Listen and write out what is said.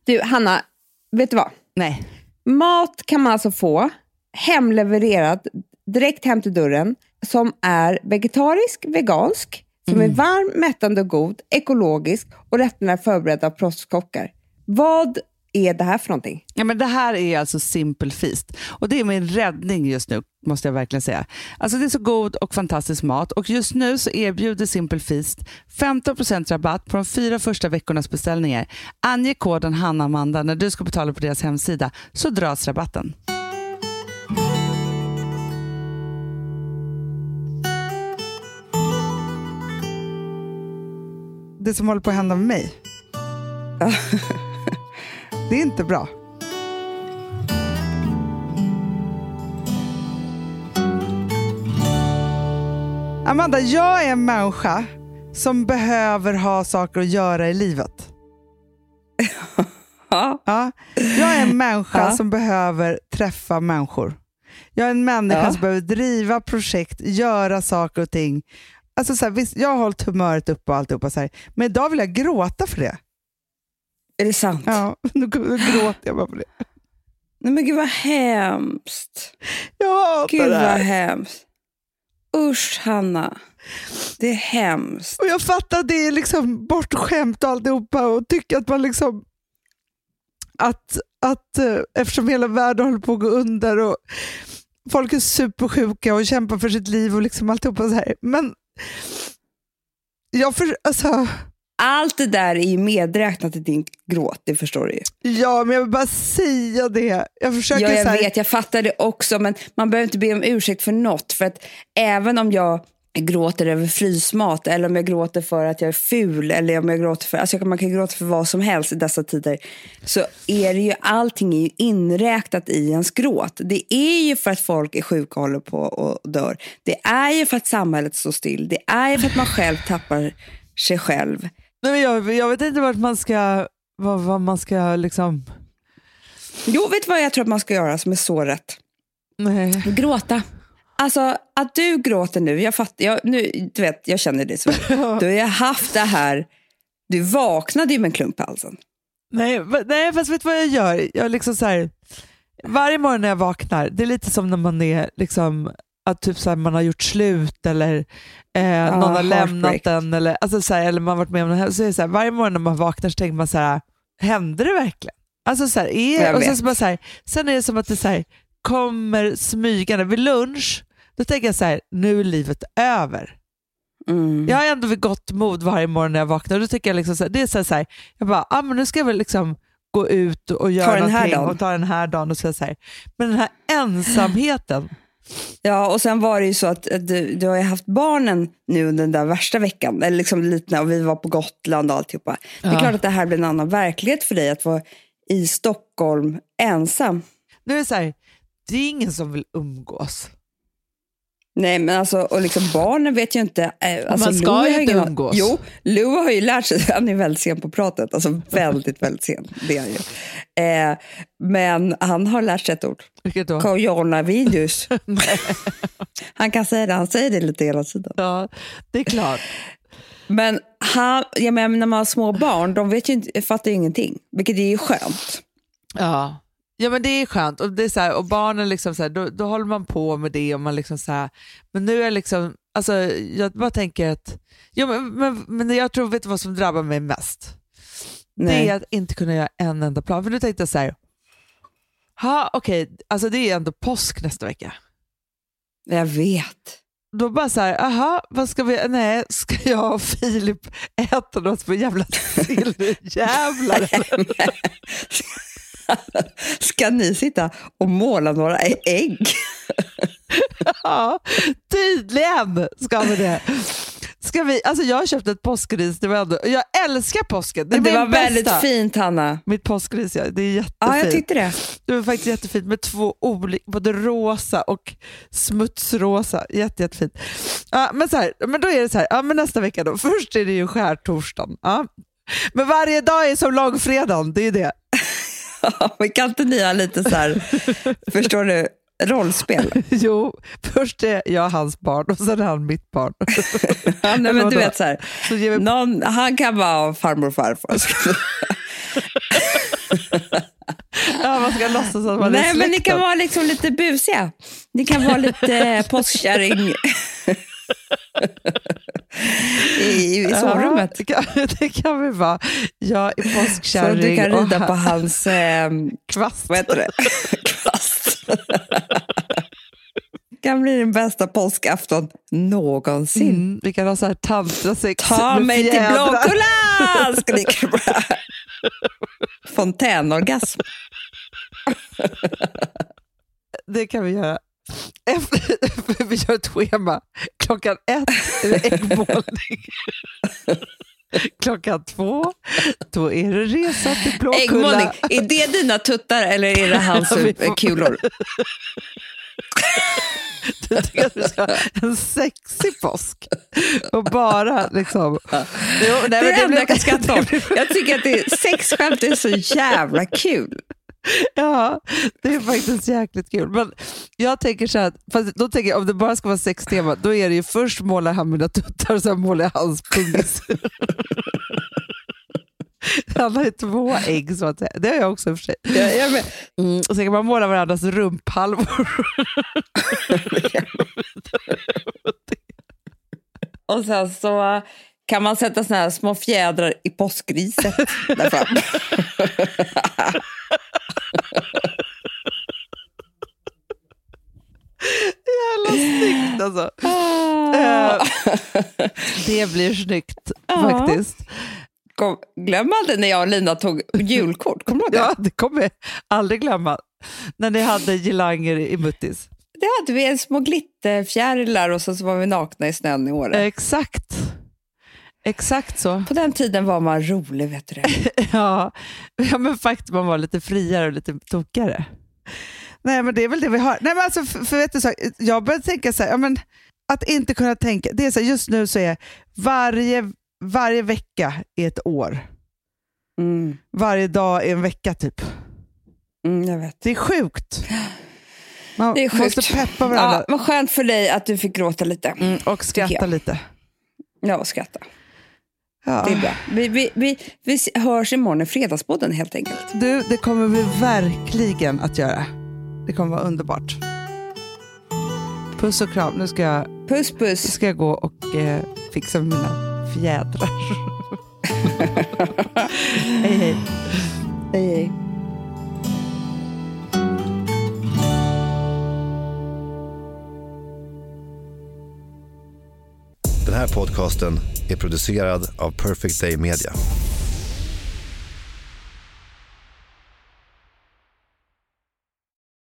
Du, Hanna, vet du vad? Nej. Mat kan man alltså få hemlevererat direkt hem till dörren som är vegetarisk, vegansk, som är varm, mättande och god, ekologisk och rätterna är förberedda av proffskockar. Vad är det här för någonting? Ja, men det här är alltså Simple Feast. Och det är min räddning just nu, måste jag verkligen säga. Alltså det är så god och fantastisk mat. Och just nu så erbjuder Simple Feast 15% rabatt på de 4 första veckornas beställningar. Ange koden HannaAmanda när du ska betala på deras hemsida, så dras rabatten. Det som håller på att hända med mig. Det är inte bra. Amanda, jag är en människa som behöver ha saker att göra i livet. Ja, jag är en människa som behöver träffa människor. Jag är en människa som behöver driva projekt, göra saker och ting. Alltså så här, visst, jag har hållit humöret upp och alltihopa så här, men idag vill jag gråta för det. Är det sant? Ja, nu gråter jag bara på det. Nej men gud vad hemskt. Jag hatar gud det här. Vad hemskt. Usch Hanna. Det är hemskt. Och jag fattar att det är liksom bortskämt och alltihopa och tycker att man liksom att eftersom hela världen håller på att gå under och folk är supersjuka och kämpar för sitt liv och liksom alltihopa så här. Men alltså allt det där är ju medräknat i din gråt, det förstår du ju. Ja, men jag vill bara säga det. Jag försöker jag så här... vet, jag fattar det också, men man behöver inte be om ursäkt för något. För att även om jag gråter över frysmat, eller om jag gråter för att jag är ful, eller om jag gråter för, alltså man kan gråta för vad som helst i dessa tider, så är det ju, allting är ju inräknat i ens gråt. Det är ju för att folk är sjuka och håller på och dör. Det är ju för att samhället står still. Det är ju för att man själv tappar sig själv. Nej, men jag vet inte vart man ska, vad man ska liksom... Jo, vet du vad jag tror att man ska göra som är så rätt? Nej. Gråta. Alltså, att du gråter nu, du vet, jag känner det så. Du har ju haft det här, du vaknade ju med en klump i halsen. Nej, fast vet du vad jag gör? Jag liksom så här, varje morgon när jag vaknar, det är lite som när man är liksom, att typ så här, man har gjort slut eller någon har lämnat den eller, alltså så här, eller man har varit med om det, så är det så här, varje morgon när man vaknar så tänker man så här, händer det verkligen? Alltså så här, och sen, så bara så här, sen är det som att det så här, kommer smygande vid lunch, då tänker jag så här, nu är livet över. Jag har ändå vid gott mod varje morgon när jag vaknar, och då tycker jag liksom så här, det är så här, jag bara, men nu ska jag väl liksom gå ut och göra någonting och ta den här dagen och så här. Men den här ensamheten. Ja, och sen var det ju så att du har ju haft barnen nu den där värsta veckan, eller liksom lite, och vi var på Gotland och alltihopa. Det är klart att det här blir en annan verklighet för dig att vara i Stockholm ensam. Nu är det så här, det är ingen som vill umgås. Nej, men alltså, och liksom barnen vet ju inte. Alltså, man ska ju inte umgås. Jo, Lou har ju lärt sig, han är väldigt sen på pratet. Alltså väldigt, väldigt sen, det är han ju. Men han har lärt sig ett ord. Vilket då? Coronavirus. Han kan säga det, han säger det lite hela tiden. Ja, det är klart. Men jag menar, när man har små barn, de vet ju inte, fattar ju ingenting. Vilket är ju skönt. Ja, men det är skönt. Och, det är så här, och barnen liksom så här, då håller man på med det och man liksom så här, men nu är liksom, alltså jag bara tänker att men jag tror, vet du vad som drabbar mig mest? Nej. Det är att inte kunna göra en enda plan. För nu tänkte jag så här, okej, alltså det är ändå påsk nästa vecka. Jag vet. Då bara så här, vad ska vi, nej, ska jag och Filip äta något för jävla silverjävlar? Ska ni sitta och måla några ägg? Ja, tydligen ska vi det. Ska vi, alltså jag har köpt ett påskris, jag älskar påsken. Det var väldigt fint, Hanna. Mitt påskris, det är jättefint. Ja, jag tyckte det. Det var faktiskt jättefint med 2 olika, både rosa och smutsrosa. Jättefint. Ja, men så här, men då är det så här, men nästa vecka då. Först är det ju skärtorsdagen. Ja. Men varje dag är som långfredagen, det är det. Men kan inte ni ha lite så här, förstår du, rollspel? Jo, först är jag hans barn och sen är han mitt barn. Ja, nej, men du vet så här, han kan vara farmor och farfar. Ja, man ska låtsas att man är Nej, men ni kan släkten. vara liksom lite busiga. Ni kan vara lite påskkärring i sovrummet. Det kan vi vara. Jag är påskkärring. Så du kan rida på hans kvast. Vad heter det? Kvast. Det kan bli den bästa påskafton någonsin. Vi kan ha så här tantrasex. Ta mig till fjädrar. Blåkulla! Skriker bara. Fontänorgasm. Det kan vi göra. Efter vi gör ett schema. 1:00 är det äggmålning. 2:00, då är det resa till Blåkulla. Äggmålning, är det dina tuttar eller är det hans kulor? Du tycker att vi ska ha en sexig påsk och bara liksom Det är det enda jag kan skratta om. Jag tycker att sexskämt är så jävla kul. Ja, det är faktiskt jäkligt kul. Men jag tänker så här, fast då tänker jag, om det bara ska vara sextema, då är det ju först målar han mina tuttar och sen målar jag hans pungis. Han har ju 2 ägg så att säga. Det har jag också i och för sig. Och sen kan man måla varandras rumphalvor. Och sen så kan man sätta såna här små fjädrar i påskriset där fram. Jävla snyggt alltså. Det blir snyggt faktiskt. Glöm aldrig när jag och Lina tog julkort. Kommer du ihåg det? Ja, det kommer jag aldrig glömma. När ni hade girlanger i Muttis. Det hade vi, en små glitterfjärilar och så var vi nakna i snön i Åre. Exakt så. På den tiden var man rolig, vet du det. Ja, men faktiskt man var lite friare och lite tokigare. Nej, men det är väl det vi har. Nej, men alltså, för vet du så, jag började tänka så här, ja, men att inte kunna tänka, det är så här, just nu så är varje vecka är ett år. Varje dag är en vecka typ. Jag vet. Det är sjukt. Man det är sjukt. måste peppa varandra. Ja, vad skönt för dig att du fick gråta lite. Och skratta lite. Ja, skratta. Ja. Det är bra. Vi hörs imorgon i Fredagspodden helt enkelt. Du, det kommer vi verkligen att göra. Det kommer vara underbart. Puss och kram. Nu ska jag, puss. Ska jag gå och fixa mina fjädrar. Hej. Hej. Den här podcasten är producerad av Perfect Day Media.